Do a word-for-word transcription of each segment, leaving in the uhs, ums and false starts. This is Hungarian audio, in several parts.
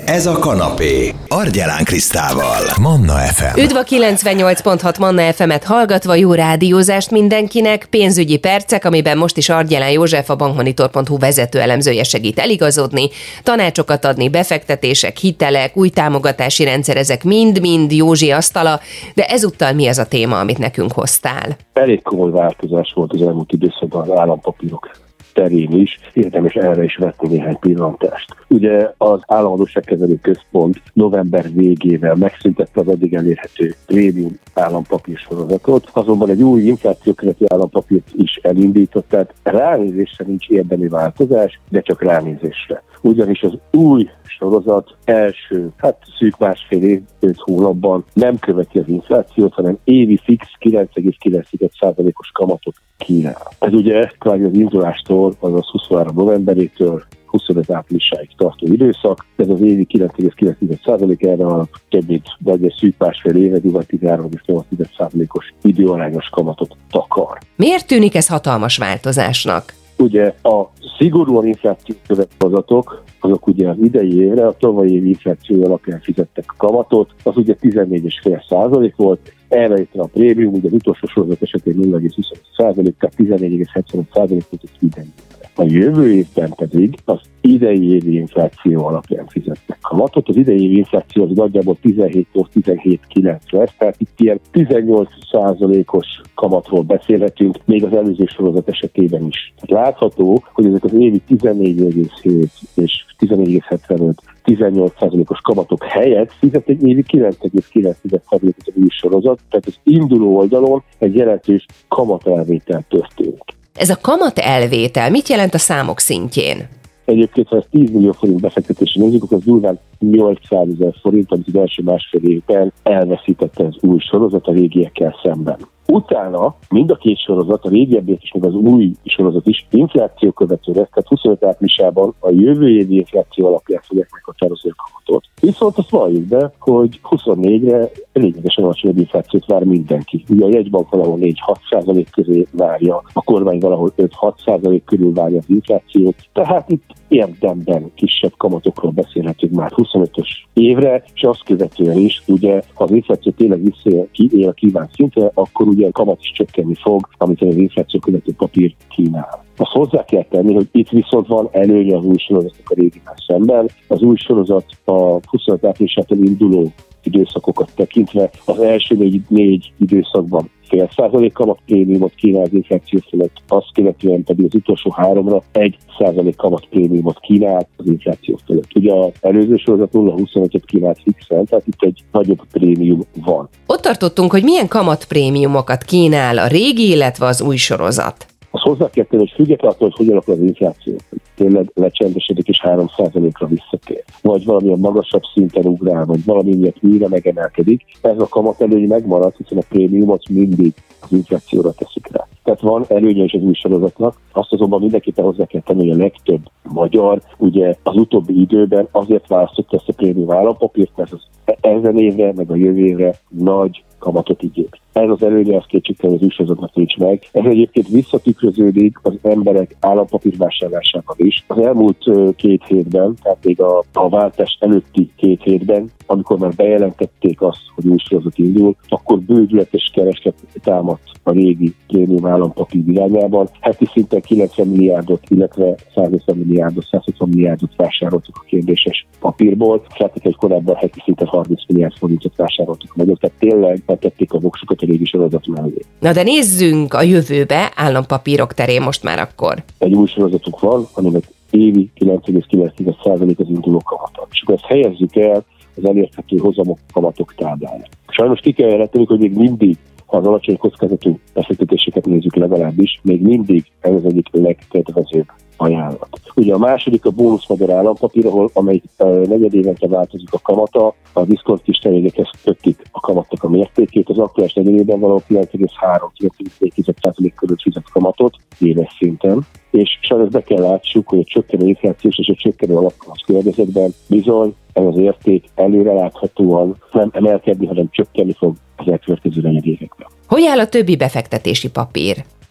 Ez a kanapé. Argyelán Krisztával. Manna ef em. Üdv a kilencvennyolc pont hat Manna ef emet hallgatva, jó rádiózást mindenkinek. Pénzügyi percek, amiben most is Argyelán József, a bankmonitor pont hu vezető elemzője segít eligazodni, tanácsokat adni, befektetések, hitelek, új támogatási rendszer, ezek mind-mind Józsi asztala, de ezúttal mi az a téma, amit nekünk hoztál? Elég komoly változás volt az elmúlt időszakban az állampapírok terén is, érdemes erre is vetni néhány pillantást. Ugye az Államadósságkezelő Központ november végével megszüntette az addig elérhető prémium állampapír sorozatot, azonban egy új inflációkövető állampapírt is elindított, tehát ránézésre nincs érdemi változás, de csak ránézésre. Ugyanis az új sorozat első, hát szűk másfél év, öt hónapban nem követi az inflációt, hanem évi fix kilenc egész kilenc százalékos kamatot kínál. Ez ugye kvázi az indulástól, azaz huszonhárom novemberétől huszonöt áprilisáig tartó időszak, ez az évi kilenc egész kilenc százalék, erre a több mint vagy egy szűk másfél éve, vagy tizenhárom egész nyolc százalékos időarányos kamatot takar. Miért tűnik ez hatalmas változásnak? Ugye a szigorúan infláció következatok, azok ugye az idei évre, a tavalyi évi infláció alapján fizettek kamatot, az ugye tizennégy egész öt százalék volt, erre itt a prémium, ugye az utolsó sorozat esetén nulla egész huszonöt százalék, tehát tizennégy egész hetvenöt százalék volt az idei évre. A jövő évben pedig az idei évi infláció alapján fizettek kamatot. Az idei évi infláció az nagyjából tizenhéttől tizenhét egész kilenc lesz, tehát itt ilyen tizennyolc százalékos kamatról beszélhetünk, még az előző sorozat esetében is. Tehát látható, hogy ezek az évi tizennégy egész hét és tizennégy egész hetvenöt tizennyolc százalékos kamatok helyett fizet egy évi kilenc egész kilenc százalékos az új sorozat, tehát az induló oldalon egy jelentős kamatelvétel történik. Ez a kamat elvétel mit jelent a számok szintjén? Egyébként, ha ezt tíz millió forint befektetési nézzük, akkor az durván nyolcszázezer forint, amit az első másfél évben elveszítette az új sorozat a régiekkel szemben. Utána mind a két sorozat, a régiebb és meg az új sorozat is infláció követő lesz, tehát huszonöt áprilisában a jövő évi infláció alapján fogják meghatározni a kamatot. Viszont azt valljuk be, hogy huszonnégyre lényegesen alacsonyabb inflációt vár mindenki. Ugye a jegybank valahol négy-hat százalék közé várja, a kormány valahol öt-hat százalék körül várja az inflációt, tehát itt érdemben kisebb kamatokról beszélhetünk már huszonötös évre, és azt követően is, ugye, ha az infláció tényleg visszaél a kívánt szintre, akkor ugye a kamat is csökkenni fog, amit az infláció követő papír kínál. Azt hozzá kell tenni, hogy itt viszont van előnye az új sorozatnak a régivel szemben. Az új sorozat a huszonöt áprilisától induló időszakokat tekintve az első négy, négy időszakban fél százalék kamat prémiumot kínál az infláció felett, azt követően pedig az utolsó háromra egy százalék kamat prémiumot kínál az infláció felett. Ugye az előző sorozat nulla egész huszonötöt kínált fixen, tehát itt egy nagyobb prémium van. Ott tartottunk, hogy milyen kamat prémiumokat kínál a régi, illetve az új sorozat. Azt hozzá kell tenni, hogy függetlenül, hogy hogyan alakul az infláció, tényleg lecsendesedik és három százalékra visszatér, vagy valamilyen magasabb szinten ugrál, vagy valami miatt újra megemelkedik, ez a kamat előny megmarad, hiszen a prémiumot mindig az inflációra teszik rá. Tehát van előnye is az új sorozatnak, azt azonban mindenképpen hozzá kell tenni, hogy a legtöbb magyar ugye az utóbbi időben azért választotta ezt a prémium állampapírt, mert az ezen évre, meg a jövő évre nagy kamatot ígér. Ez az előnye, az kétségtelen az új sorozatnak nincs meg. Ez egyébként visszatükröződik az emberek állampapírvásárlásában is. Az elmúlt két hétben, tehát még a, a váltás előtti két hétben, amikor már bejelentették azt, hogy új sorozat indul, akkor bődületes kereslet támadt a régi prémium állampapír irányában. Heti szinten kilencven milliárdot, illetve százötven milliárdot, százhatvan milliárdot vásároltuk a kérdéses papírból. Látjuk, hogy korábban heti szinten harminc milliárd forintot vásároltuk a magyarok, tehát tényleg betették a voksukat a régi sorozat mellé. Na de nézzünk a jövőbe, állampapírok terén most már akkor. Egy új sorozatunk van, aminek évi kilenc egész kilenc százalék az induló kamata. És akkor ezt helyezzük el az elérhető hozamok kamatok táblájára. Sajnos ki kell jelentenünk, hogy még mindig, ha az alacsony kockázatú befektetéseket nézzük legalábbis, még mindig ez az egyik legkedvezőbb ajánlat. Ugye a második a bónusz magyar állampapír, ahol amely negyedévente változik a kamata, a diszkont kis terjedékhez kötik a kamatnak a mértékét, az aktuális negyedében valahol kilenc egész három százalék körül fizet kamatot éves szinten, és sajnos be kell látsuk, hogy a csökkenő inflációs és a csökkenő alapkamasz környezetben bizony ez az érték előreláthatóan nem emelkedni, hanem csökkenni fog az elkövetkező negyedévekben. Hogy áll a többi befektetési papír?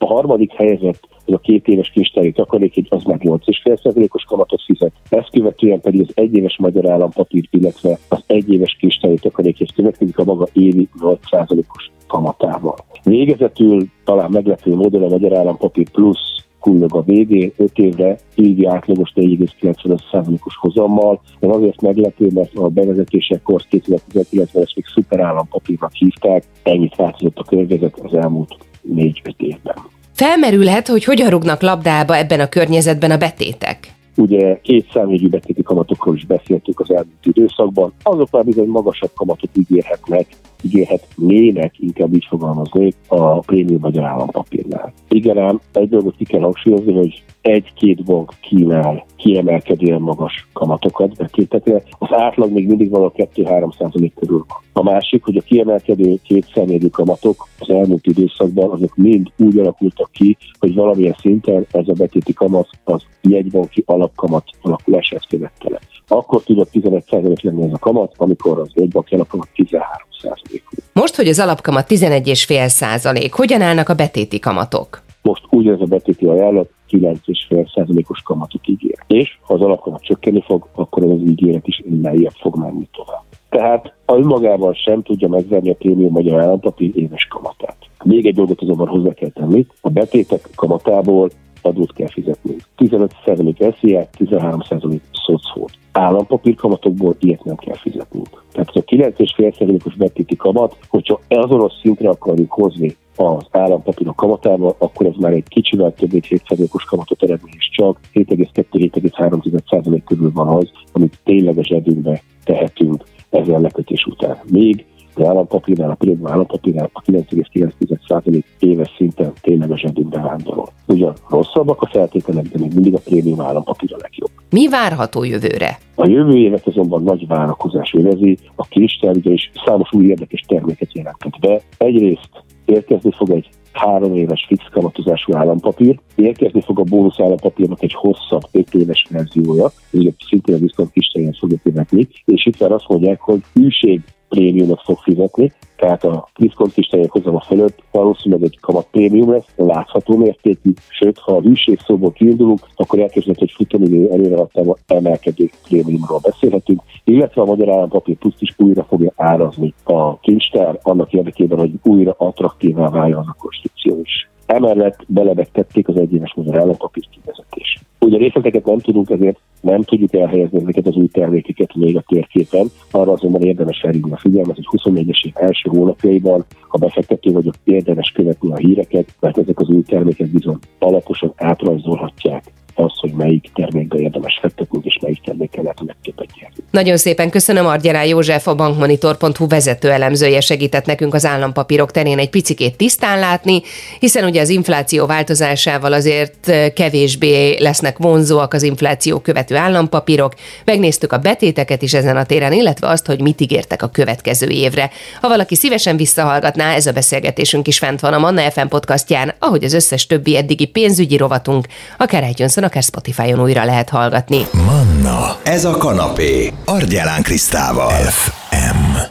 A harmadik helyezett, az a két éves kincstári takarék, az már nyolc egész öt százalékos kamatot fizet, ezt követően pedig az egyéves magyar állampapír, illetve az egyéves kincstári takarékhez következik a maga évi nyolc százalékos kamatával. Végezetül talán meglepő módon a magyar állampapír plusz kullog a végén öt évre, évi átlagos négy egész kilencvenöt százalékos hozammal, de azért meglepő, mert a bevezetésekor kétezer-tizenkilencben ezt még szuper állampapírnak hívták, ennyit változott a környezet az elmúlt négy-öt évben. Felmerülhet, hogy hogyan rúgnak labdába ebben a környezetben a betétek? Ugye két számjegyű betéti kamatokról is beszéltük az elmúlt időszakban, azok már bizony magasabb kamatot ígérhetnek, ígérhetnének, inkább így fogalmaznék, a prémium magyar állampapírnál. Igen ám, egy dolgot ki kell hangsúlyozni, hogy egy-két bank kínál kiemelkedően magas kamatokat betétekre, az átlag még mindig valahol kettő-három százalék körül van. A másik, hogy a kiemelkedő két számjegyű kamatok az elmúlt időszakban azok mind úgy alakultak ki, hogy valamilyen szinten ez a betéti kamat az jegybanki alapkamat alakulását követte le. Akkor tudott tizenegy százalék lenni ez a kamat, amikor az jegybanki alapkamat tizenhárom százalék. Most, hogy az alapkamat tizenegy egész öt százalék, hogyan állnak a betéti kamatok? Most úgy ez a betéti ajánlat kilenc egész öt százalékos kamatot ígér. És ha az alapkamat csökkenni fog, akkor ez az ígéret is lejjebb fog menni tovább. Tehát önmagában sem tudja megverni a prémium magyar állampapír éves kamatát. Még egy dolgot azonban hozzá kell tenni, a betétek kamatából adót kell fizetnünk. tizenöt százalék es zé á, tizenhárom százalék szocvót. Állampapír kamatokból ilyet nem kell fizetnünk. Tehát a kilenc egész öt százalékos betéti kamat, hogyha azonos szintre akarjuk hozni az állampapírok kamatával, akkor ez már egy kicsivel több mint hét százalékos kamatot eredményez, csak hét egész kettő - hét egész három százalék körül van az, amit tényleg a zsebünkbe tehetünk ezen lekötés után. Még az állampapírnál, a prémium állampapírnál a kilenc egész kilenc százalék éves szinten tényleg a zsebünkbe vándorol. Ugyan rosszabbak a feltételek, de még mindig a prémium állampapír a legjobb. Mi várható jövőre? A jövő évet azonban nagy várakozás övezi, a kincstár ugyanis számos új érdekes terméket jelentett be. Egyrészt érkezni fog egy három éves fix kamatozású állampapír, érkezni fog a bónusz állampapírnak egy hosszabb öt éves verziója, ez ugye szintén a diszkont kincstárján fogja követni, és itt már azt mondják, hogy hűség prémiumot fog fizetni, tehát a diszkont kincstárján hozama fölött valószínűleg egy kamat prémium lesz, látható mértékű, sőt, ha a hűség szóból kiindulunk, akkor elkezdett egy futamidő előrehatába emelkedő prémiumról beszélhetünk, illetve a magyar állampapír pluszt is újra fogja árazni a kincstár, annak érdekében, hogy újra attraktívá váljon az a konstrukció is. Emellett belebegtették az egyéves magyar állampapír kivezetését. Ugye részleteket nem tudunk, ezért nem tudjuk elhelyezni ezeket az új termékeket még a térképen, arra azonban érdemes felhívni a figyelmet, hogy huszonnégyes év első hónapjaiban, ha befektető vagyok, érdemes követni a híreket, mert ezek az új termékek bizony alaposan átrajzolhatják azt, hogy melyik termékbe érdemes fektetnünk, és melyik termékkel lehet a legtöbbet nyerni. Nagyon szépen köszönöm, Argyelán József, a bankmonitor pont hu vezető elemzője segített nekünk az állampapírok terén egy picikét tisztán látni, hiszen ugye az infláció változásával azért kevésbé lesznek vonzóak az infláció követő állampapírok. Megnéztük a betéteket is ezen a téren, illetve azt, hogy mit ígértek a következő évre. Ha valaki szívesen visszahallgatná, ez a beszélgetésünk is fent van a Manna ef em podcastján, ahogy az összes többi eddigi pénzügyi rovatunk, akár iTunes-on, akár Spotify-on újra lehet hallgatni. Manna, ez a kanapé, Argyelán Krisztával. ef em